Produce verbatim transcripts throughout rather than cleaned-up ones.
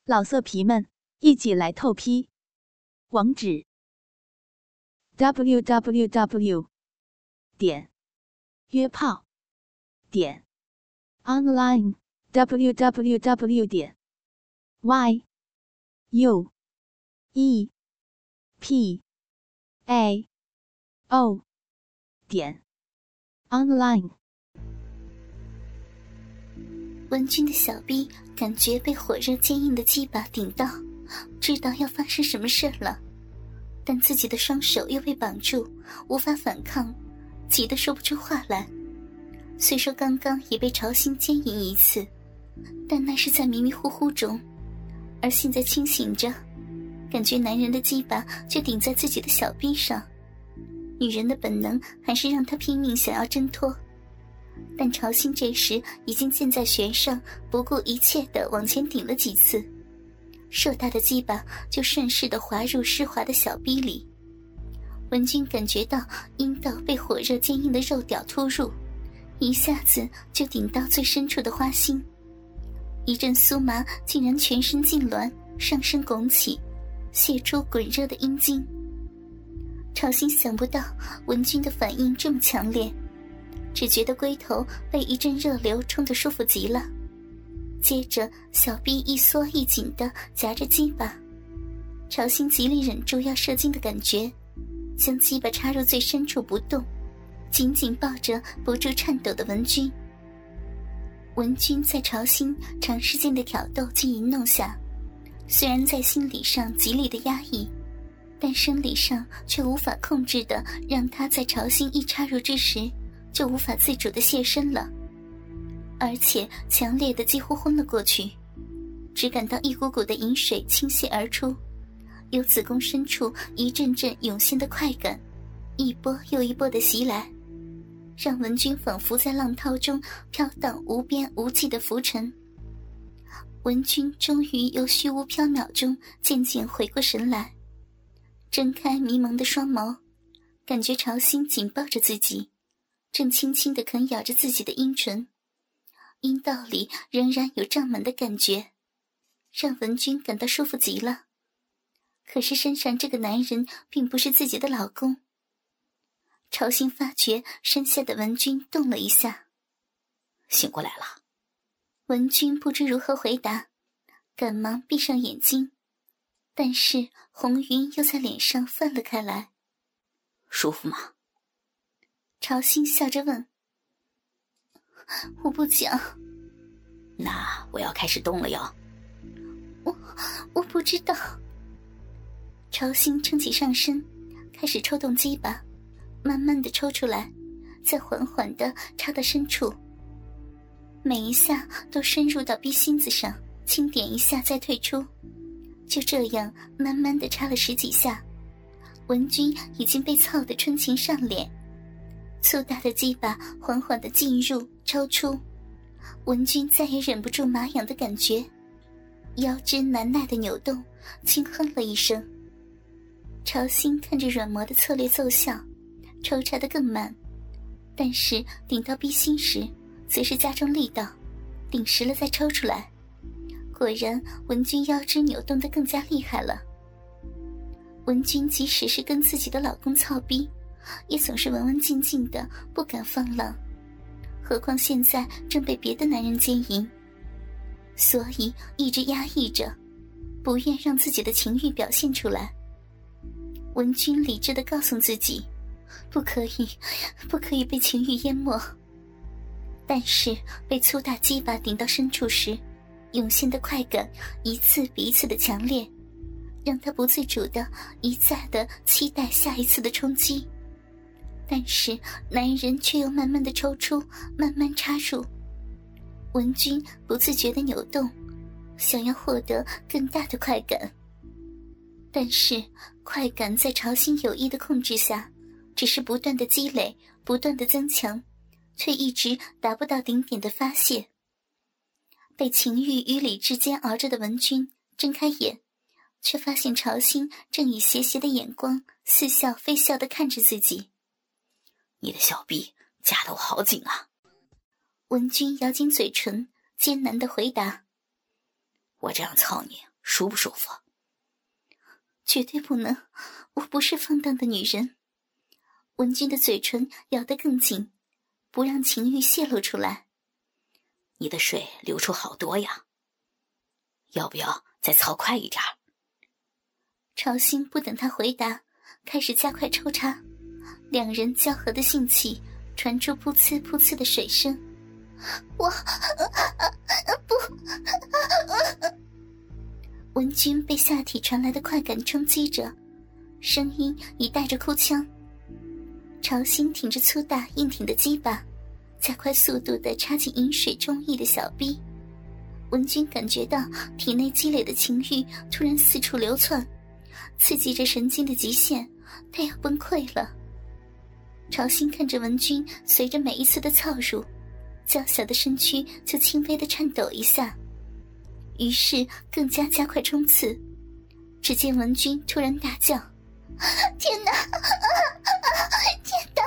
老色皮们，一起来透批！网址 ：double u double u double u 点约炮点 online double u double u double u 点 y u e p a o 点 online。 文君的小臂感觉被火热坚硬的鸡巴顶到，知道要发生什么事了，但自己的双手又被绑住，无法反抗，急得说不出话来。虽说刚刚也被潮心奸淫一次，但那是在迷迷糊糊中，而现在清醒着，感觉男人的鸡巴就顶在自己的小臂上，女人的本能还是让她拼命想要挣脱。但潮心这时已经箭在弦上，不顾一切地往前顶了几次，硕大的鸡巴就顺势地滑入湿滑的小逼里。文君感觉到阴道被火热坚硬的肉屌突入，一下子就顶到最深处的花心，一阵酥麻竟然全身痉挛，上身拱起，泄出滚热的阴茎。潮心想不到文君的反应这么强烈，只觉得龟头被一阵热流冲得舒服极了，接着小臂一缩一紧地夹着鸡巴，潮心极力忍住要射精的感觉，将鸡巴插入最深处不动，紧紧抱着不住颤抖的文君。文君在潮心长时间的挑逗及淫弄下，虽然在心理上极力的压抑，但生理上却无法控制的让他在潮心一插入之时就无法自主地现身了，而且强烈的几乎昏了过去，只感到一股股的淫水倾泻而出，由子宫深处一阵阵涌现的快感，一波又一波地袭来，让文君仿佛在浪涛中飘荡无边无际的浮沉。文君终于由虚无缥缈中渐渐回过神来，睁开迷蒙的双眸，感觉潮心紧抱着自己，正轻轻地啃咬着自己的阴唇，阴道里仍然有胀满的感觉，让文君感到舒服极了。可是身上这个男人并不是自己的老公。潮心发觉身下的文君动了一下。 醒过来了。 文君不知如何回答，赶忙闭上眼睛，但是红云又在脸上泛了开来。 舒服吗？ 潮心笑着问。我不讲。 那我要开始动了哟。 我我不知道。潮心撑起上身，开始抽动鸡巴，慢慢地抽出来，再缓缓地插到深处，每一下都深入到逼心子上，轻点一下再退出，就这样慢慢地插了十几下，文君已经被操得春情上脸，粗大的鸡巴缓缓地进入抽出，文君再也忍不住麻痒的感觉，腰肢难耐的扭动，轻哼了一声。潮心看着软磨的策略奏效，抽插得更慢，但是顶到逼心时则是加重力道，顶实了再抽出来，果然文君腰肢扭动得更加厉害了。文君即使是跟自己的老公操逼，也总是文文静静的，不敢放浪，何况现在正被别的男人奸淫，所以一直压抑着，不愿让自己的情欲表现出来。文君理智地告诉自己，不可以不可以被情欲淹没，但是被粗大鸡巴顶到深处时，涌现的快感一次比一次的强烈，让他不自主地一再地期待下一次的冲击。但是男人却又慢慢地抽出，慢慢插入，文君不自觉地扭动，想要获得更大的快感。但是快感在潮心有意的控制下，只是不断的积累，不断的增强，却一直达不到顶点的发泄。被情欲与理智煎熬着的文君睁开眼，却发现潮心正以邪邪的眼光似笑非笑地看着自己。 你的小臂夹得我好紧啊。 文君咬紧嘴唇，艰难地回答。 我这样操你， 舒不舒服？ 绝对不能，我不是放荡的女人。文君的嘴唇咬得更紧，不让情欲泄露出来。 你的水流出好多呀，要不要再操快一点？ 朝兴不等他回答，开始加快抽插，两人交合的性器传出噗呲噗呲的水声。我不文君被下体传来的快感冲击着，声音已带着哭腔。朝兴挺着粗大硬挺的鸡巴，加快速度地插进饮水中溢的小逼。文君感觉到体内积累的情欲突然四处流窜，刺激着神经的极限，他要崩溃了。朝兴看着文君随着每一次的操入，娇小的身躯就轻微的颤抖一下，于是更加加快冲刺。只见文君突然大叫：天哪，天哪！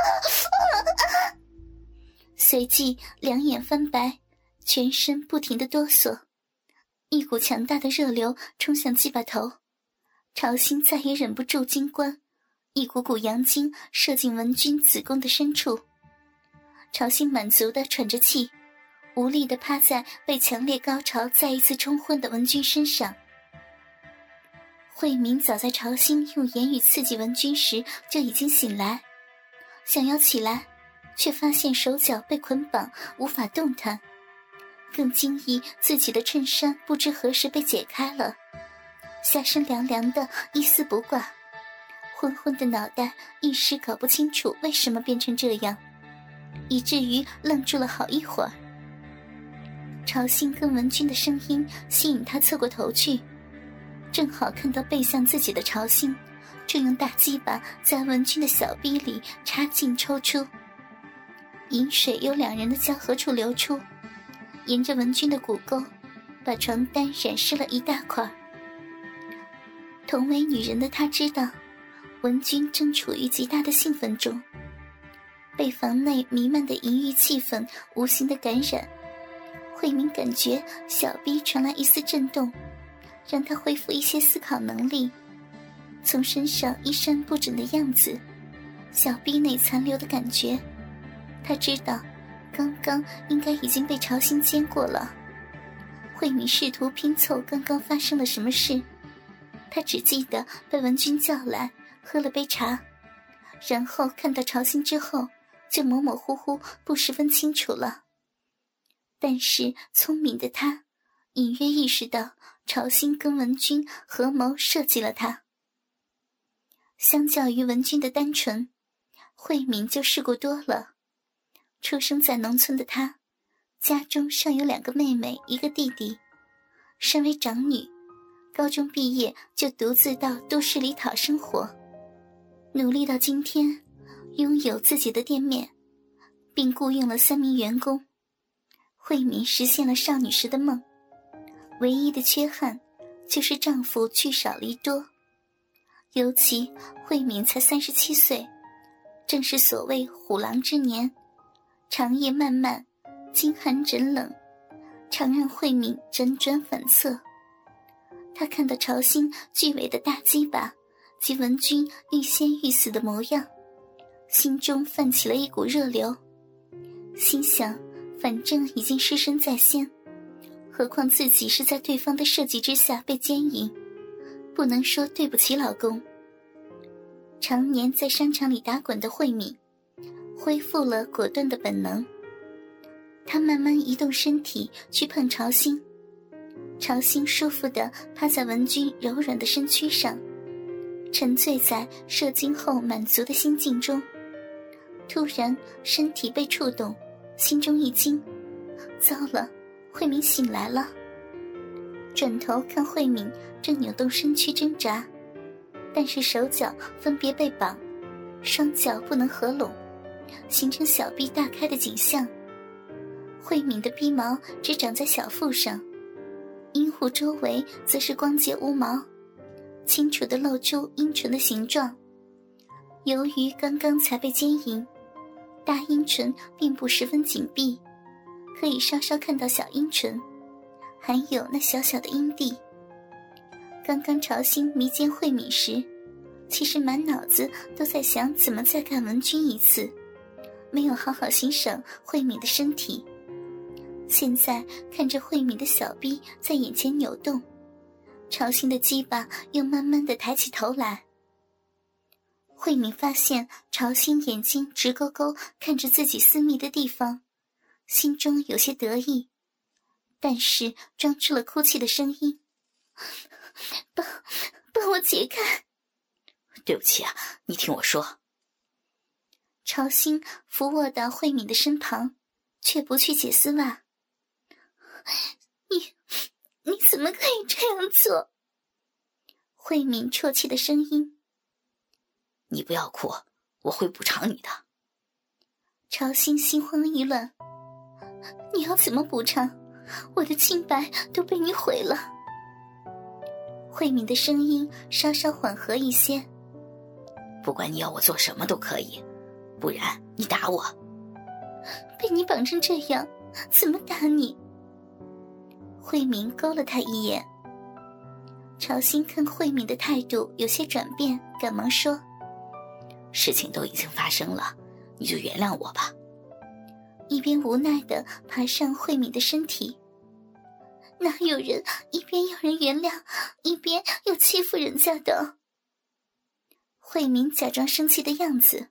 随即两眼翻白，全身不停地哆嗦，一股强大的热流冲向鸡巴头。朝兴再也忍不住金冠，一股股阳精射进文君子宫的深处。朝兴满足地喘着气，无力地趴在被强烈高潮再一次冲昏的文君身上。慧明早在朝兴用言语刺激文君时就已经醒来，想要起来，却发现手脚被捆绑，无法动弹，更惊异自己的衬衫不知何时被解开了，下身凉凉的，一丝不挂，昏昏的脑袋一时搞不清楚为什么变成这样，以至于愣住了好一会儿。朝兴跟文君的声音吸引他侧过头去，正好看到背向自己的朝兴正用大鸡巴在文君的小臂里插进抽出，饮水由两人的交合处流出，沿着文君的骨沟把床单染湿了一大块。同为女人的她知道文君正处于极大的兴奋中，被房内弥漫的淫欲气氛无形的感染，慧明感觉小臂传来一丝震动，让他恢复一些思考能力。从身上衣衫不整的样子，小臂内残留的感觉，他知道刚刚应该已经被朝兴奸过了。慧敏试图拼凑刚刚发生了什么事，他只记得被文君叫来喝了杯茶，然后看到朝兴之后就模模糊糊不十分清楚了。但是聪明的他隐约意识到朝兴跟文君合谋设计了他。相较于文君的单纯，慧敏就世故多了。出生在农村的她，家中尚有两个妹妹一个弟弟，身为长女，高中毕业就独自到都市里讨生活，努力到今天拥有自己的店面，并雇佣了三名员工。慧敏实现了少女时的梦，唯一的缺憾就是丈夫聚少离多。尤其慧敏才三十七岁，正是所谓虎狼之年，长夜漫漫，经寒枕冷，常让慧敏辗转反侧。她看到朝兴巨伟的大鸡巴及文君欲仙欲死的模样，心中泛起了一股热流，心想反正已经尸身在先，何况自己是在对方的设计之下被奸淫，不能说对不起老公。常年在商场里打滚的慧敏恢复了果断的本能，她慢慢移动身体去碰朝兴，朝兴舒服地趴在文君柔软的身躯上，沉醉在射精后满足的心境中。突然身体被触动，心中一惊，糟了，慧敏醒来了。转头看慧敏正扭动身躯挣扎，但是手脚分别被绑，双脚不能合拢，形成小臂大开的景象。慧敏的逼毛只长在小腹上，阴户周围则是光洁无毛，清楚地露出阴唇的形状。由于刚刚才被奸淫，大阴唇并不十分紧闭，可以稍稍看到小阴唇，还有那小小的阴蒂。 刚刚朝兴迷奸慧敏时，其实满脑子都在想怎么再干文君一次，没有好好欣赏慧敏的身体。现在看着慧敏的小臂在眼前扭动，朝兴的鸡巴又慢慢地抬起头来。慧敏发现朝兴眼睛直勾勾看着自己私密的地方，心中有些得意，但是装出了哭泣的声音：“帮帮我解开。”“ 对不起啊，你听我说。” 朝兴伏卧到慧敏的身旁，却不去解丝袜。“你你怎么可以这样做？”慧敏啜泣的声音。 “你不要哭，我会补偿你的。” 朝兴心慌意乱：“你要怎么补偿？我的清白都被你毁了。”慧敏的声音稍稍缓和一些：“ 不管你要我做什么都可以，不然你打我。”“ 被你绑成这样，怎么打你？”慧敏勾了他一眼。朝兴看慧敏的态度有些转变，赶忙说：“ 事情都已经发生了，你就原谅我吧。” 一边无奈地爬上慧敏的身体。“哪有人一边要人原谅，一边又欺负人家的？”慧敏假装生气的样子。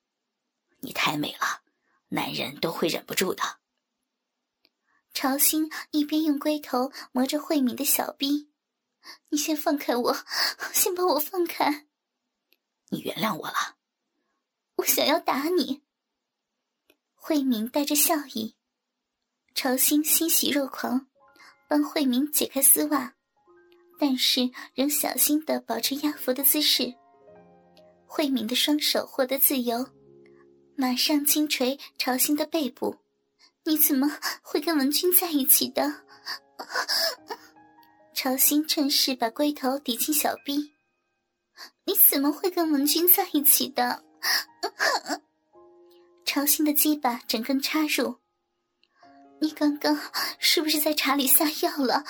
“你太美了，男人都会忍不住的。” 朝兴一边用龟头磨着慧敏的小臂：“你先放开我，先把我放开。”“ 你原谅我了。”“ 我想要打你。”慧敏带着笑意。朝兴欣喜若狂，帮慧敏解开丝袜，但是仍小心地保持压伏的姿势。慧敏的双手获得自由，马上轻捶朝兴的背部：“你怎么会跟文君在一起的？”朝兴趁势把龟头抵进小臂：“你怎么会跟文君在一起的？”朝兴的鸡巴整根插入：“你刚刚是不是在茶里撒药了？”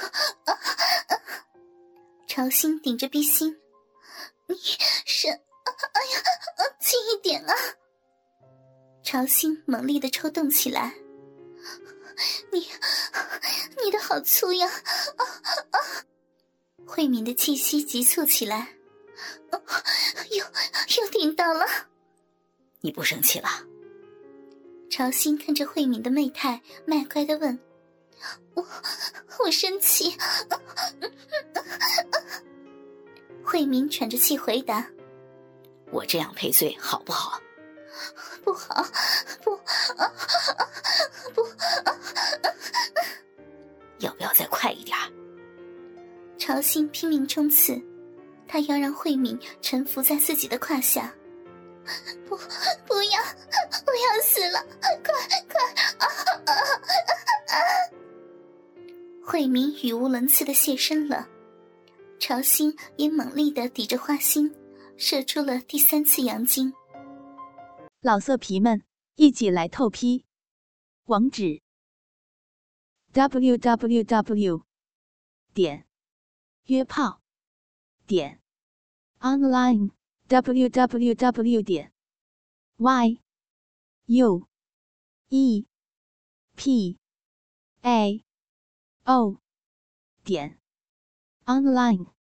朝兴顶着逼心：“你是……哎呀，轻一点啊！”朝兴猛力地抽动起来：“你你的好粗呀！”慧敏的气息急促起来：“又又顶到了。”“ 你不生气了？” 朝兴看着慧敏的媚态，卖乖地问：“我我生气。”慧敏喘着气回答：“ 我这样赔罪好不好？”“ 不好，不，不。”“ 要不要再快一点？” 朝兴拼命冲刺，他要让慧敏臣服在自己的胯下。“不，不要，我要死了！快快！”啊啊啊！慧敏语无伦次地现身了，朝兴也猛力地抵着花心，射出了第三次阳精。 老色皮们，一起来透批！网址 ：double u double u double u 点约炮点 online w w w 点 y u e p a o 点 online。